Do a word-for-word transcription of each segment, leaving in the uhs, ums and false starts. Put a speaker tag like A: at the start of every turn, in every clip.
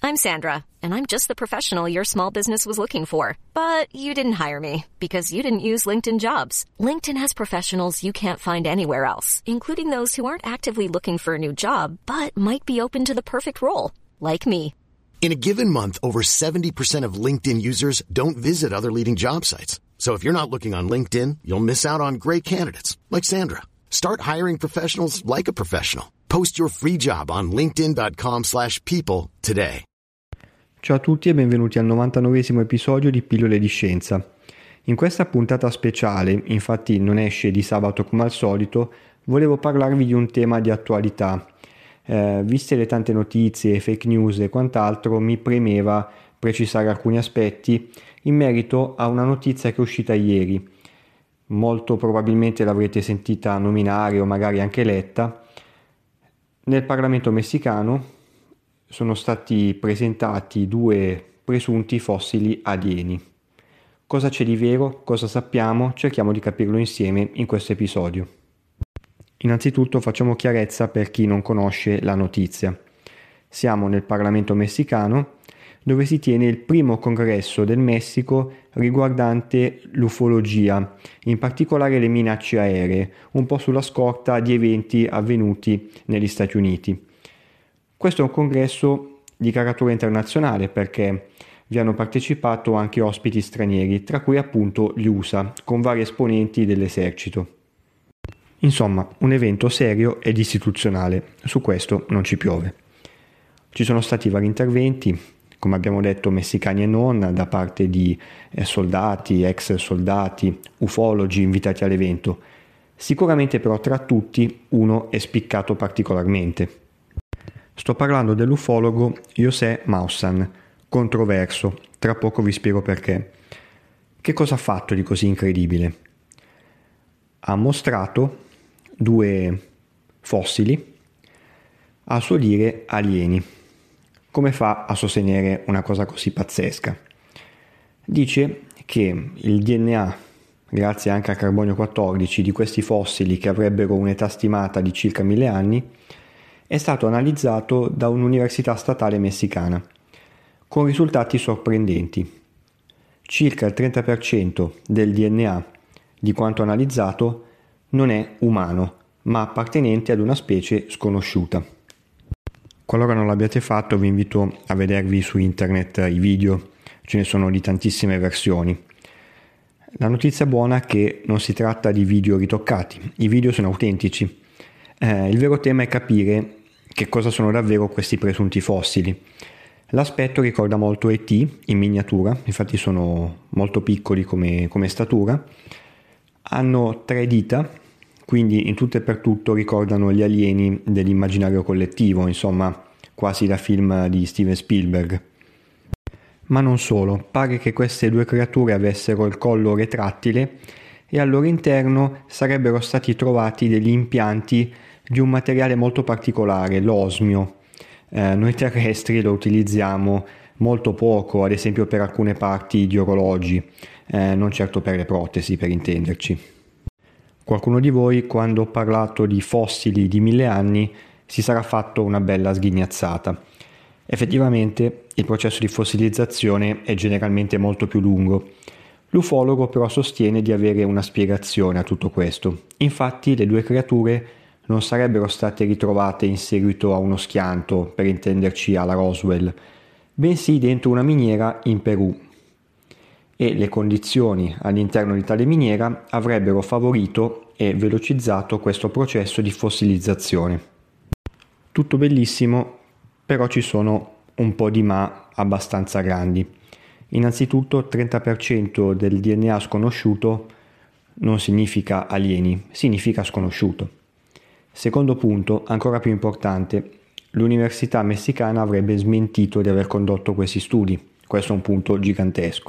A: I'm Sandra, and I'm just the professional your small business was looking for. But you didn't hire me because you didn't use LinkedIn Jobs. LinkedIn has professionals you can't find anywhere else, including those who aren't actively looking for a new job, but might be open to the perfect role, like me.
B: In a given month, over seventy percent of LinkedIn users don't visit other leading job sites. So if you're not looking on LinkedIn, you'll miss out on great candidates like Sandra. Start hiring professionals like a professional. Post your free job on linkedin.com slash people today.
C: Ciao a tutti e benvenuti al novantanovesimo episodio di Pillole di Scienza. In questa puntata speciale, infatti non esce di sabato come al solito, volevo parlarvi di un tema di attualità. Eh, viste le tante notizie, fake news e quant'altro, mi premeva precisare alcuni aspetti in merito a una notizia che è uscita ieri. Molto probabilmente l'avrete sentita nominare o magari anche letta. Nel Parlamento messicano sono stati presentati due presunti fossili alieni. Cosa c'è di vero? Cosa sappiamo? Cerchiamo di capirlo insieme in questo episodio. Innanzitutto facciamo chiarezza per chi non conosce la notizia. Siamo nel Parlamento messicano, dove si tiene il primo congresso del Messico riguardante l'ufologia, in particolare le minacce aeree, un po' sulla scorta di eventi avvenuti negli Stati Uniti. Questo è un congresso di caratura internazionale perché vi hanno partecipato anche ospiti stranieri, tra cui appunto gli U S A, con vari esponenti dell'esercito. Insomma, un evento serio ed istituzionale, su questo non ci piove. Ci sono stati vari interventi, come abbiamo detto messicani e non, da parte di eh, soldati, ex soldati, ufologi invitati all'evento. Sicuramente però tra tutti uno è spiccato particolarmente. Sto parlando dell'ufologo José Maussan, controverso, tra poco vi spiego perché. Che cosa ha fatto di così incredibile? Ha mostrato due fossili, a suo dire alieni. Come fa a sostenere una cosa così pazzesca? Dice che il D N A, grazie anche al carbonio quattordici, di questi fossili che avrebbero un'età stimata di circa mille anni, è stato analizzato da un'università statale messicana, con risultati sorprendenti. Circa il trenta per cento del D N A di quanto analizzato non è umano, ma appartenente ad una specie sconosciuta. Qualora non l'abbiate fatto, vi invito a vedervi su internet i video, ce ne sono di tantissime versioni. La notizia buona è che non si tratta di video ritoccati, i video sono autentici. Eh, il vero tema è capire che cosa sono davvero questi presunti fossili. L'aspetto ricorda molto E T in miniatura, infatti sono molto piccoli come, come statura, hanno tre dita, quindi in tutto e per tutto ricordano gli alieni dell'immaginario collettivo, insomma quasi da film di Steven Spielberg. Ma non solo, pare che queste due creature avessero il collo retrattile e al loro interno sarebbero stati trovati degli impianti di un materiale molto particolare, l'osmio. Eh, noi terrestri lo utilizziamo molto poco, ad esempio per alcune parti di orologi, eh, non certo per le protesi, per intenderci. Qualcuno di voi, quando ho parlato di fossili di mille anni, si sarà fatto una bella sghignazzata. Effettivamente il processo di fossilizzazione è generalmente molto più lungo. L'ufologo però sostiene di avere una spiegazione a tutto questo. Infatti le due creature non sarebbero state ritrovate in seguito a uno schianto, per intenderci alla Roswell, bensì dentro una miniera in Perù. E le condizioni all'interno di tale miniera avrebbero favorito e velocizzato questo processo di fossilizzazione. Tutto bellissimo, però ci sono un po' di ma abbastanza grandi. Innanzitutto trenta per cento del D N A sconosciuto non significa alieni, significa sconosciuto. Secondo punto, ancora più importante, l'università messicana avrebbe smentito di aver condotto questi studi. Questo è un punto gigantesco.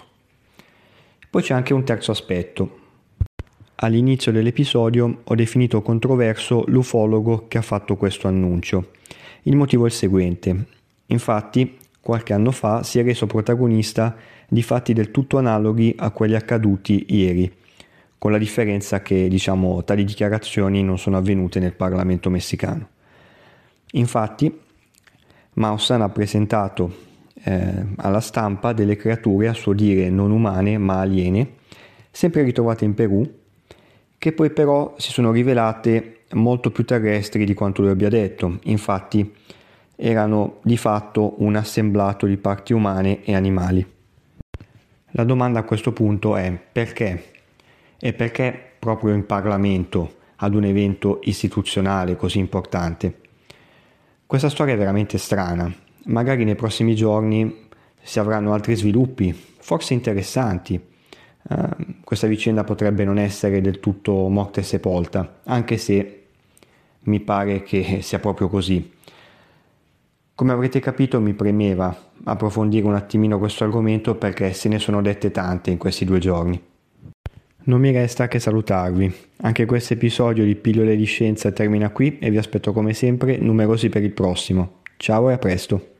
C: Poi c'è anche un terzo aspetto. All'inizio dell'episodio ho definito controverso l'ufologo che ha fatto questo annuncio. Il motivo è il seguente. Infatti, qualche anno fa si è reso protagonista di fatti del tutto analoghi a quelli accaduti ieri, con la differenza che, diciamo, tali dichiarazioni non sono avvenute nel Parlamento messicano. Infatti, Maussan ha presentato eh, alla stampa delle creature, a suo dire non umane ma aliene, sempre ritrovate in Perù, che poi però si sono rivelate molto più terrestri di quanto lui abbia detto. Infatti erano di fatto un assemblato di parti umane e animali. La domanda a questo punto è perché? E perché proprio in Parlamento, ad un evento istituzionale così importante? Questa storia è veramente strana. Magari nei prossimi giorni si avranno altri sviluppi, forse interessanti. Uh, questa vicenda potrebbe non essere del tutto morta e sepolta, anche se mi pare che sia proprio così. Come avrete capito, mi premeva approfondire un attimino questo argomento perché se ne sono dette tante in questi due giorni. Non mi resta che salutarvi. Anche questo episodio di Pillole di Scienza termina qui e vi aspetto come sempre numerosi per il prossimo. Ciao e a presto!